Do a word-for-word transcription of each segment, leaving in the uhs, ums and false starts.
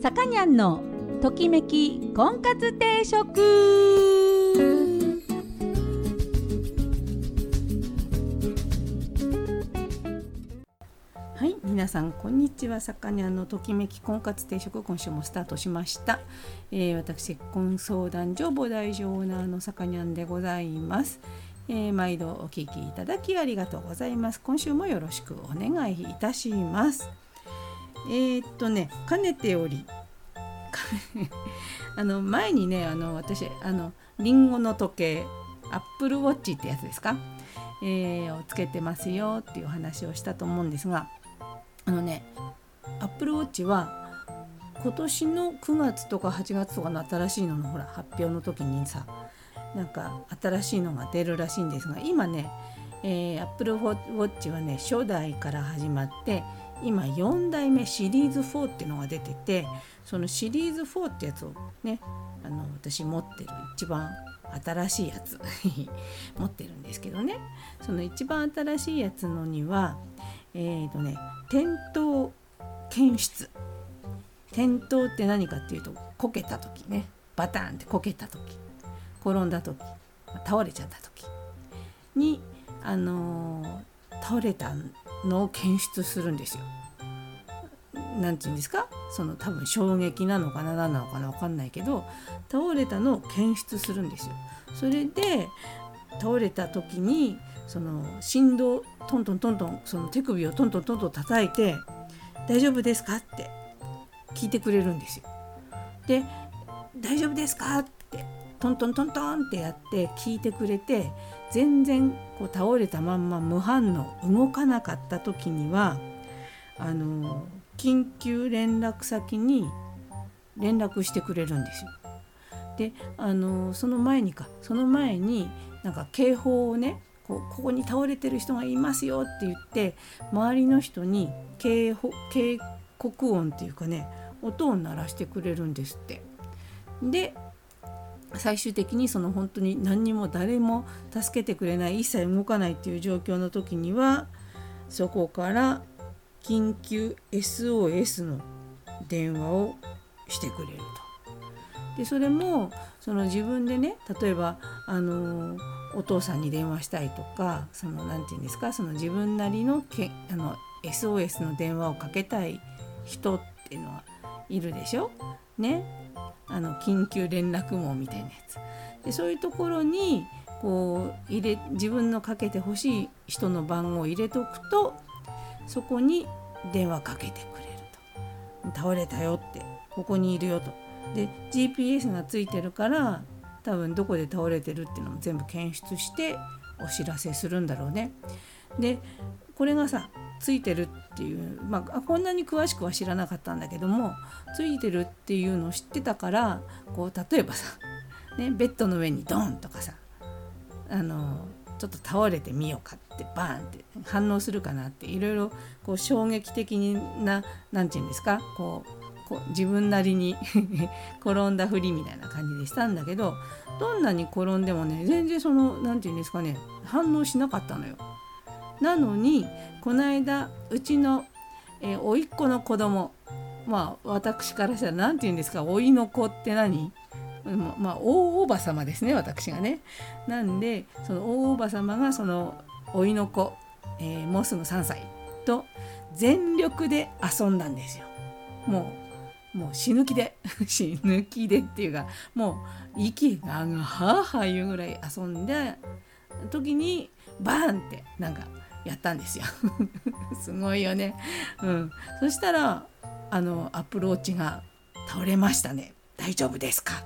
さかにゃんのときめき婚活定食。はい、皆さんこんにちは。さかにゃんのときめき婚活定食、今週もスタートしました。えー、私結婚相談所母大所オーナーのさかにゃんでございます。えー、毎度お聞きいただきありがとうございます。今週もよろしくお願いいたします。えー、っとねかねておりあの前にねあの私あのリンゴの時計アップルウォッチってやつですか、えー、をつけてますよっていう話をしたと思うんですが、あのねアップルウォッチは今年のくがつとかはちがつとかの新しいののほら発表の時にさ、なんか新しいのが出るらしいんですが、今ね、えー、アップルウォッチはね初代から始まって今よんだいめシリーズフォーっていうのが出てて、そのシリーズフォーってやつをねあの私持ってる一番新しいやつ持ってるんですけどね、その一番新しいやつのにはえーとね転倒検出、転倒って何かっていうと、こけた時ね、バタンってこけた時、転んだ時、倒れちゃった時にあのー、倒れたのを検出するんですよ。なんていうんですか、その多分衝撃なのかな何なのかな分かんないけど、倒れたのを検出するんですよ。それで倒れた時にその振動トントントントン、その手首をトントントントン叩いて大丈夫ですかって聞いてくれるんですよ。で大丈夫ですかってトントントントンってやって聞いてくれて、全然こう倒れたまんま無反応動かなかった時にはあの緊急連絡先に連絡してくれるんですよ。であのその前にかその前になんか警報をね、こうここに倒れてる人がいますよって言って周りの人に警報警告音っていうかね音を鳴らしてくれるんですって。で最終的にその本当に何にも誰も助けてくれない、一切動かないっていう状況の時にはそこから緊急 エスオーエス の電話をしてくれると。でそれもその自分でね、例えばあのお父さんに電話したいとか、そのなんていうんですか、その自分なりのけあの エスオーエス の電話をかけたい人っていうのはいるでしょね。あの緊急連絡網みたいなやつで、そういうところにこう入れ自分のかけてほしい人の番号を入れとくと、そこに電話かけてくれると。倒れたよって、ここにいるよと。で ジーピーエス がついてるから多分どこで倒れてるっていうのも全部検出してお知らせするんだろうね。でこれがさついてるっていう、まあ、こんなに詳しくは知らなかったんだけども、ついてるっていうのを知ってたから、こう例えばさ、ね、ベッドの上にドンとかさ、あのちょっと倒れてみようかってバーンって反応するかなって、いろいろこう衝撃的な、なんていうんですか、こう、こう自分なりに転んだふりみたいな感じでしたんだけど、どんなに転んでもね全然そのなんていうんですかね反応しなかったのよ。なのにこの間うちの、えー、甥っ子の子供、まあ私からしたらなんて言うんですか、甥の子って何、ま、まあ大おば様ですね、私がね。なんでその大おば様がその甥の子、えー、もうすぐさんさいと全力で遊んだんですよ。もうもう死ぬ気で死ぬ気でっていうか、もう息がはあはあいうぐらい遊んだ時にバーンってなんかやったんですよすごいよね、うん、そしたらあのアップルウォッチが倒れましたね、大丈夫ですか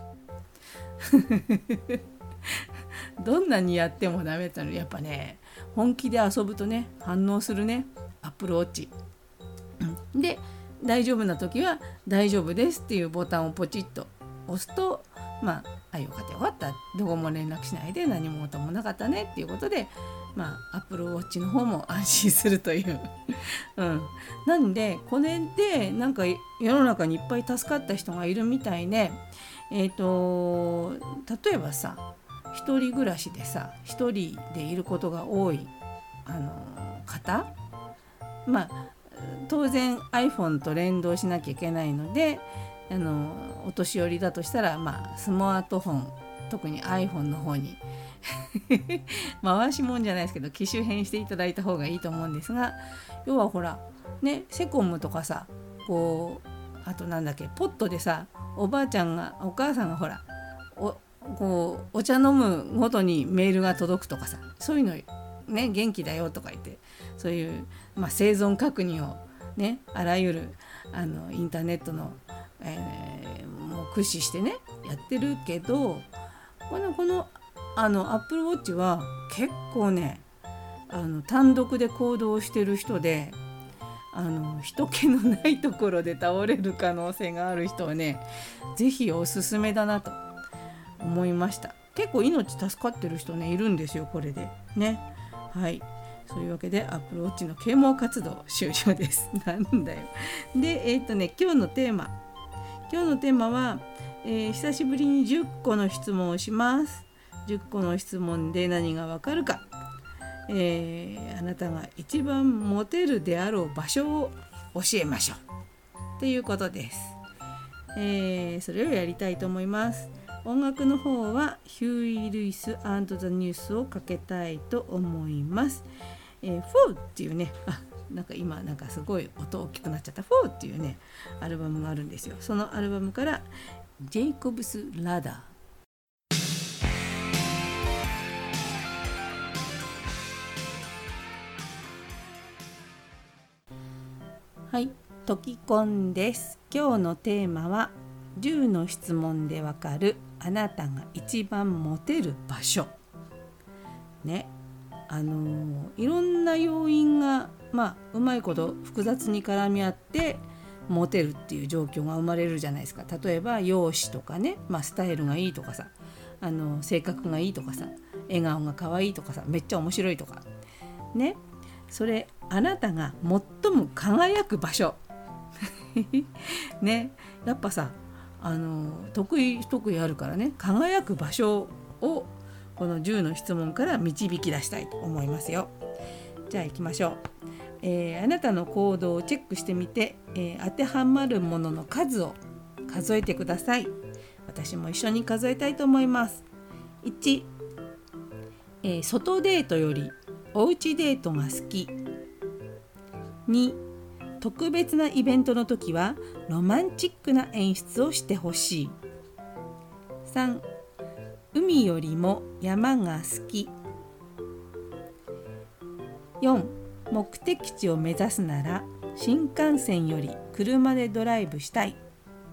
どんなにやってもダメだの、やっぱね本気で遊ぶとね反応するねアップルウォッチ、うん、で大丈夫な時は大丈夫ですっていうボタンをポチッと押すと、まあ、あよかったよかった、どこも連絡しないで何も音もなかったねっていうことで、まあ、Apple Watch の方も安心するという、うん、なんでこれでなんか世の中にいっぱい助かった人がいるみたいで、えーと、例えばさ一人暮らしでさ一人でいることが多いあの方、まあ当然 iPhone と連動しなきゃいけないので、 あのお年寄りだとしたら、まあ、スマートフォン、特に iPhone の方に回しもんじゃないですけど機種変していただいた方がいいと思うんですが、要はほらね、セコムとかさ、こうあとなんだっけ、ポットでさ、おばあちゃんがお母さんがほらおこうお茶飲むごとにメールが届くとかさ、そういうのね、元気だよとか言って、そういう、まあ、生存確認をね、あらゆるあのインターネットの、えー、もう駆使してねやってるけど、このこのあのアップルウォッチは結構ね、あの単独で行動してる人で、あの人気のないところで倒れる可能性がある人はね、ぜひおすすめだなと思いました。結構命助かってる人ねいるんですよ、これでね。はい、そういうわけでアップルウォッチの啓蒙活動終了ですなんだよ。で、えっとね、今日のテーマ今日のテーマは、えー、久しぶりにじゅっこの質問をします。じゅっこの質問で何がわかるか、えー、あなたが一番モテるであろう場所を教えましょうということです。えー、それをやりたいと思います。音楽の方はヒューイ・ルイス&ザ・ニュースをかけたいと思います。えー、フォーっていうね、あ、なんか今なんかすごい音大きくなっちゃった。フォーっていうねアルバムがあるんですよ。そのアルバムからジェイコブス・ラダー。はい、トキコンです。今日のテーマはじゅうの質問でわかるあなたが一番モテる場所ね。あのー、いろんな要因が、まあ、うまいこと複雑に絡み合ってモテるっていう状況が生まれるじゃないですか。例えば容姿とかね、まあ、スタイルがいいとかさ、あの性格がいいとかさ、笑顔が可愛いとかさ、めっちゃ面白いとかね。それあなたが最も輝く場所ね、やっぱさ、あの得意不得意あるからね、輝く場所をこのじゅうの質問から導き出したいと思いますよ。じゃあ行きましょう。えー、あなたの行動をチェックしてみて、えー、当てはまるものの数を数えてください。私も一緒に数えたいと思います。いち、えー、外デートよりおうちデートが好き。に、特別なイベントの時はロマンチックな演出をしてほしい。さん、海よりも山が好き。よん、目的地を目指すなら新幹線より車でドライブしたい。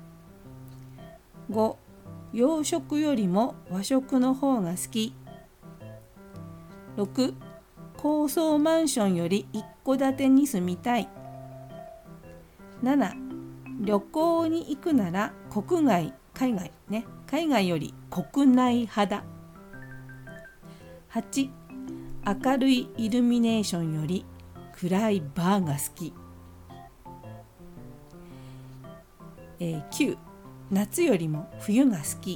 ご、洋食よりも和食の方が好き。ろく、高層マンションより一戸建てに住みたい。なな、旅行に行くなら国外、海外ね、海外より国内派だ。はち、明るいイルミネーションより暗いバーが好き。えー、きゅう、夏よりも冬が好き。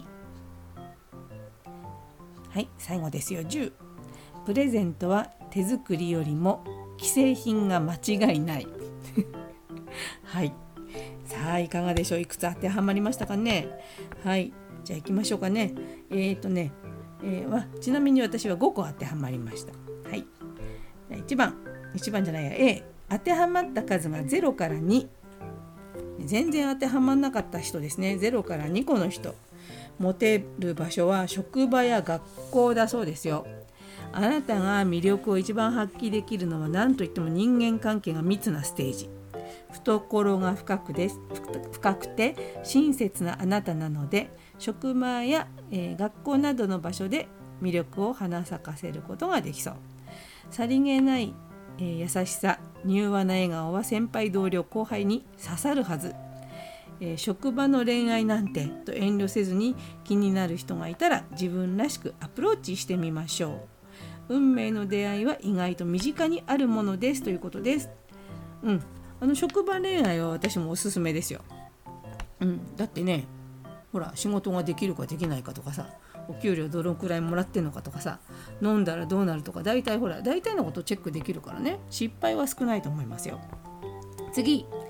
はい、最後ですよ。じゅう、プレゼントは手作りよりも既製品が間違いないはい、さあいかがでしょう。いくつ当てはまりましたかね。はい、じゃあ行きましょうかね。えーとね、えー、わちなみに私はごこ当てはまりました。はい、いちばんいちばんじゃないや A、 当てはまった数がゼロからに、全然当てはまんなかった人ですね。ゼロからにこの人、モテる場所は職場や学校だそうですよ。あなたが魅力を一番発揮できるのは何といっても人間関係が密なステージ、懐が深くです深くて親切なあなたなので、職場や、えー、学校などの場所で魅力を花咲かせることができそう。さりげない、えー、優しさ、柔和な笑顔は先輩同僚後輩に刺さるはず。えー、職場の恋愛なんてと遠慮せずに、気になる人がいたら自分らしくアプローチしてみましょう。運命の出会いは意外と身近にあるものですということです。うん、あの職場恋愛は私もおすすめですよ。うん、だってね、ほら仕事ができるかできないかとかさ、お給料どのくらいもらってんのかとかさ、飲んだらどうなるとか、大体ほら大体のことチェックできるからね、失敗は少ないと思いますよ。次、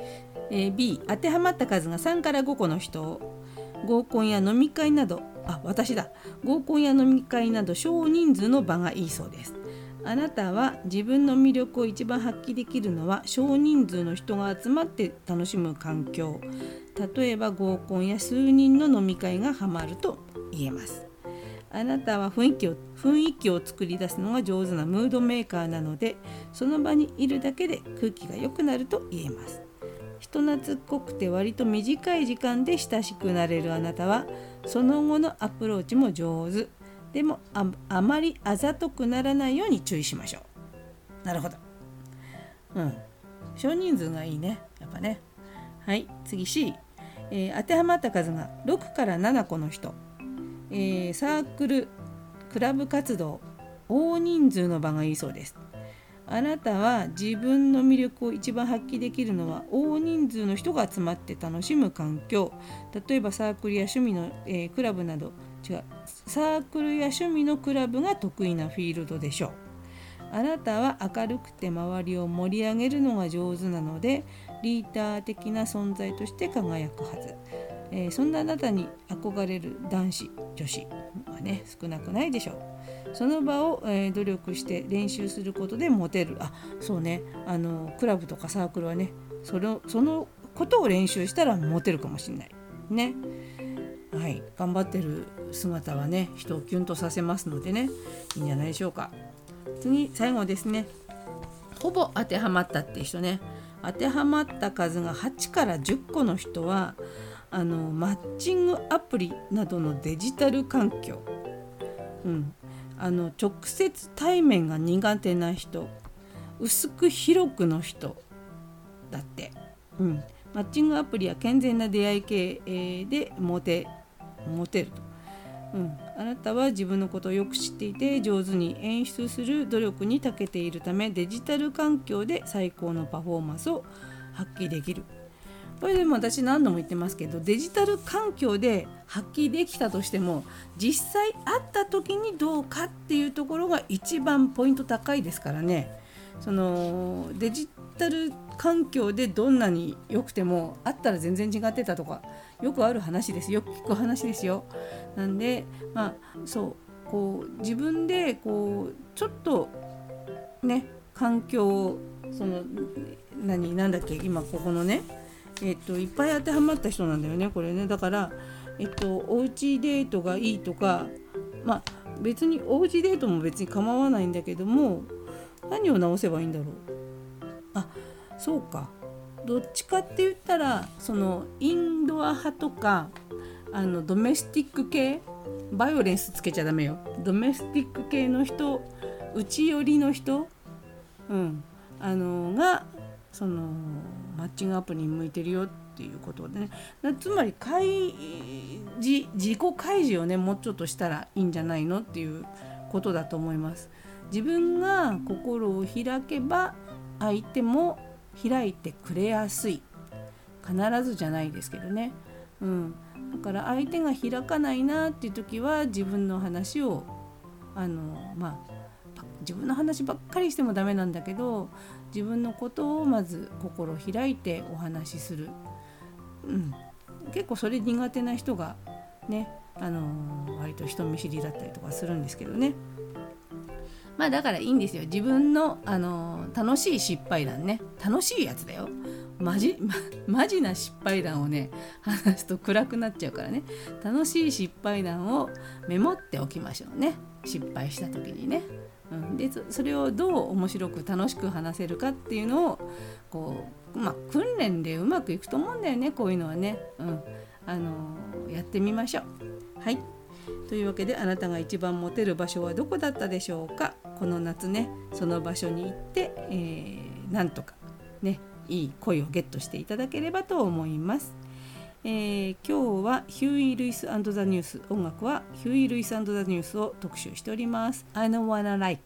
えー、B 当てはまった数がさんからごこの人、合コンや飲み会などあ私だ合コンや飲み会など少人数の場がいいそうです。あなたは自分の魅力を一番発揮できるのは少人数の人が集まって楽しむ環境、例えば合コンや数人の飲み会がハマると言えます。あなたは雰囲気を雰囲気を作り出すのが上手なムードメーカーなので、その場にいるだけで空気が良くなると言えます。人懐っこくて割と短い時間で親しくなれるあなたはその後のアプローチも上手でも あ, あまりあざとくならないように注意しましょう。なるほど。うん少人数がいいねやっぱね。はい、次 C、えー、当てはまった数がろくからななこの人、えー、サークルクラブ活動大人数の場がいいそうです。あなたは自分の魅力を一番発揮できるのは大人数の人が集まって楽しむ環境、例えばサークルや趣味の、えー、クラブなど違うサークルや趣味のクラブが得意なフィールドでしょう。あなたは明るくて周りを盛り上げるのが上手なのでリーダー的な存在として輝くはず、えー、そんなあなたに憧れる男子女子はね少なくないでしょう。その場を、えー、努力して練習することでモテる。あ、そうね、あのクラブとかサークルはねその、そのことを練習したらモテるかもしれないね。はい、頑張ってる姿はね人をキュンとさせますのでねいいんじゃないでしょうか。次最後ですね、ほぼ当てはまったっていう人ね。当てはまった数がはちからじゅっこの人はあのマッチングアプリなどのデジタル環境、うん、あの直接対面が苦手な人、薄く広くの人だって、うん、マッチングアプリは健全な出会い系でモテ、モテると、うん、あなたは自分のことをよく知っていて上手に演出する努力に長けているためデジタル環境で最高のパフォーマンスを発揮できる。これでも私何度も言ってますけどデジタル環境で発揮できたとしても実際会った時にどうかっていうところが一番ポイント高いですからね。そのデジタル環境でどんなに良くても会ったら全然違ってたとかよくある話です。よく聞く話ですよ。なんでまあそうこう自分でこうちょっとね環境をその何なんだっけ今ここのねえっといっぱい当てはまった人なんだよねこれね。だからえっとおうちデートがいいとかまあ別におうちデートも別に構わないんだけども何を直せばいいんだろう。あそうかどっちかって言ったらそのインドア派とかあのドメスティック系バイオレンスつけちゃダメよ。ドメスティック系の人内寄りの人、うん、あのがそのマッチングアプリに向いてるよっていうことでね。つまり開示自己開示をねもうちょっとしたらいいんじゃないのっていうことだと思います。自分が心を開けば相手も開いてくれやすい。必ずじゃないですけどね、うん、だから相手が開かないなっていう時は自分の話をあのまあ自分の話ばっかりしてもダメなんだけど自分のことをまず心を開いてお話しする、うん、結構それ苦手な人がね、あのー、割と人見知りだったりとかするんですけどね。まあだからいいんですよ。自分の、あのー、楽しい失敗談ね、楽しいやつだよ。マジ、ま、マジな失敗談をね話すと暗くなっちゃうからね、楽しい失敗談をメモっておきましょうね。失敗した時にね、うん、でそれをどう面白く楽しく話せるかっていうのをこう、まあ、訓練でうまくいくと思うんだよね。こういうのはね、うん、あのー、やってみましょう。はい、というわけであなたが一番モテる場所はどこだったでしょうか。この夏ねその場所に行って、えー、なんとかねいい恋をゲットしていただければと思います。えー、今日はヒューイ・ルイス&ザ・ニュース、音楽はヒューイ・ルイス&ザ・ニュースを特集しております。 I don't wanna like。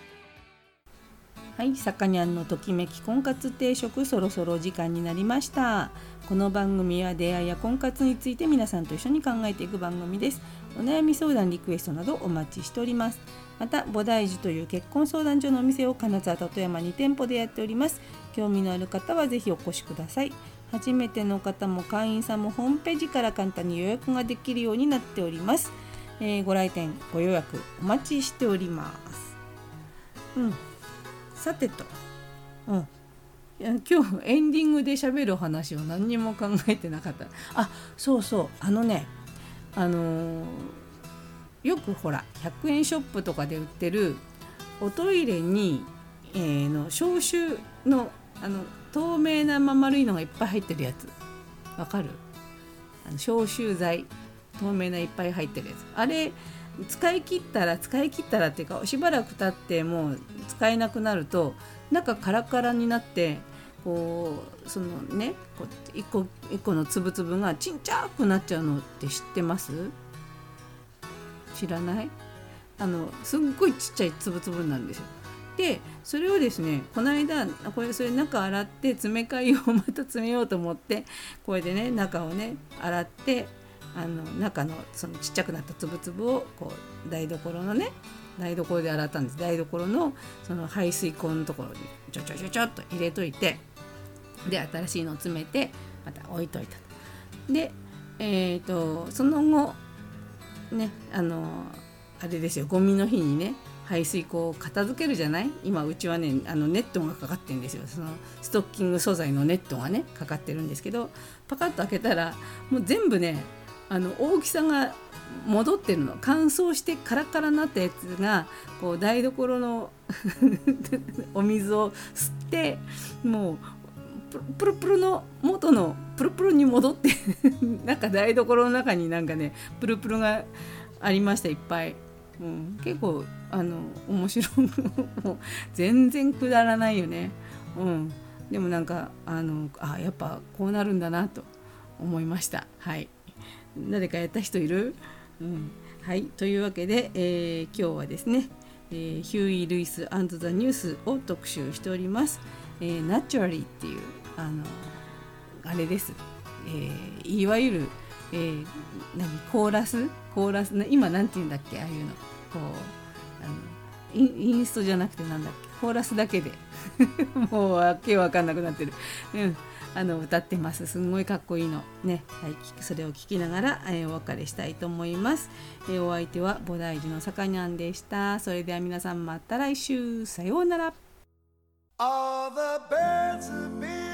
はい、さかにゃんのときめき婚活定食そろそろ時間になりました。 この番組は出会いや婚活について皆さんと一緒に考えていく番組です。お悩み相談リクエストなどお待ちしております。また菩提寺という結婚相談所のお店を金沢と富山に店舗でやっております。興味のある方はぜひお越しください。初めての方も会員さんもホームページから簡単に予約ができるようになっております。えー、ご来店ご予約お待ちしております。うん、さてと、うん、いや今日エンディングで喋る話を何にも考えてなかった。あ、そうそう、あのね、あのー、よくほらひゃくえんショップとかで売ってるおトイレに、えー、の消臭のあの透明なま丸いのがいっぱい入ってるやつ、わかる？あの消臭剤透明ないっぱい入ってるやつ、あれ使い切ったら使い切ったらっていうかしばらく経ってもう使えなくなると中カラカラになって、こうそのねこう一個一個の粒々がちっちゃくなっちゃうのって知ってます？知らない？あのすっごいちっちゃい粒々なんですよ。でそれをですね、この間これそれ中洗って詰め替えをまた詰めようと思ってこれでね中をね洗って、あの中のそのちっちゃくなった粒々をこう台所のね台所で洗ったんです。台所のその排水口のところにちょちょちょちょっと入れといて、で新しいのを詰めてまた置いといた。でえーとその後ね、あのあれですよ、ゴミの日にね排水口を片付けるじゃない。今うちはねあのネットがかかってるんですよ。そのストッキング素材のネットがねかかってるんですけど、パカッと開けたらもう全部ねあの大きさが戻ってるの。乾燥してカラカラになったやつがこう台所のお水を吸ってもうプルプルの元のプルプルに戻ってなんか台所の中になんかねプルプルがありました、いっぱい。うん、結構あの面白いもう全然くだらないよね。うん、でもなんかあのあやっぱこうなるんだなと思いました。はい、誰かやった人いる？うん、はい、というわけで、えー、今日はですね、えー、ヒューイ・ルイス&ザ・ニュースを特集しております。えー、ナチュラリーっていうあのあれです、えー、いわゆる、えー、何コーラスコーラス今なんて言うんだっけ、ああいうのこうあのイン、インストじゃなくてなんだっけ、コーラスだけでもうわけわかんなくなってる、うん、あの歌ってます。すんごいかっこいいのね、はい、それを聞きながら、えー、お別れしたいと思います。えー、お相手は菩提寺のさかにゃんでした。それでは皆さんまた来週、さようなら。All the birds have been